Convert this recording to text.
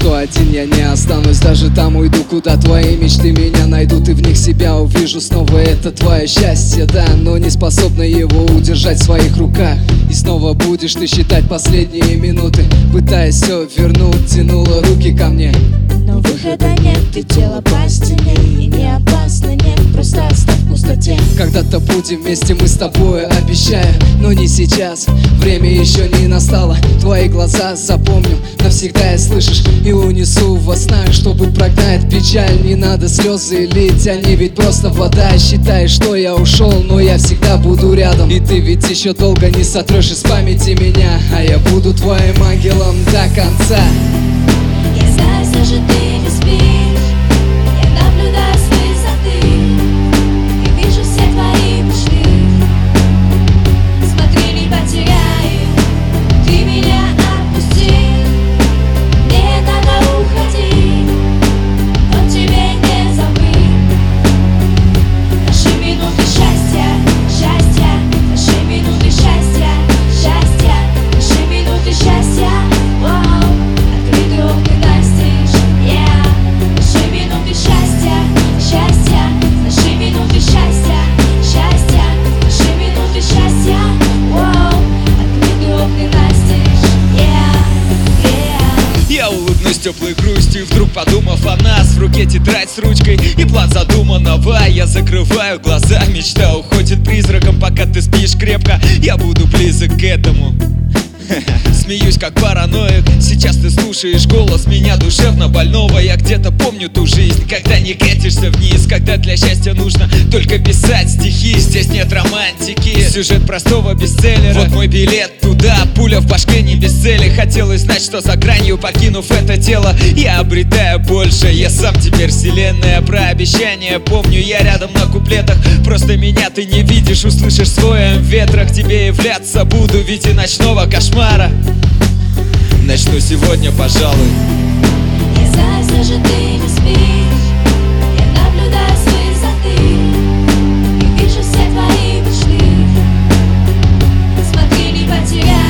что один я не останусь. Даже там уйду, куда твои мечты меня найдут, и в них себя увижу снова. Это твое счастье, да, но не способна его удержать в своих руках. И снова будешь ты считать последние минуты, пытаясь все вернуть, тянула руки ко мне. Но выхода нет, ты тело по стене, и не опасно, нет, просто оставь в пустоте. Когда-то будем вместе мы с тобой, обещаю, но не сейчас. Время еще не настало, твои глаза запомню навсегда, и слышишь, и унесу во снах, чтобы прогнать печаль. Не надо слезы лить, они ведь просто вода. Считай, что я ушел, но я всегда буду рядом, и ты ведь еще долго не сотрешь из памяти меня, а я буду твоим ангелом до конца. Я знаю, все же ты не спишь, я наблюдаю с высоты и вижу все твои мечты. Смотри, не потеряй, ты меня отпусти, мне надо уходить, но тебе не забыть. Наши минуты счастья, счастья, наши минуты счастья, счастья, наши минуты счастья. Вау, открытый окна настежь, yeah. Наши минуты счастья, счастья, наши минуты счастья, счастья, наши минуты счастья. Вау, открытый окна настежь, yeah, yeah. Я улыбнусь теплой грустью, вдруг подумав о нас. В руке тетрадь с ручкой и план задуманного. Я закрываю глаза, мечта уходит призраком. Пока ты спишь крепко, я буду близок к этому. Смеюсь как параноик, сейчас ты слушаешь голос меня душевно больного. Я где-то помню ту жизнь, когда не катишься вниз, когда для счастья нужно только писать стихи. Здесь нет романтики, сюжет простого бестселлера. Вот мой билет туда, пуля в башке не без цели. Хотелось знать, что за гранью, покинув это тело, я обретаю больше. Я сам теперь вселенная, про обещания помню я рядом на куплетах. Просто меня ты не видишь, услышишь в своем ветрах. Тебе являться буду в виде ночного кошмара. Начну сегодня, пожалуй. Я знаю, все же ты не спишь, я наблюдаю с высоты и вижу все твои мечты. Смотри, не потеряй.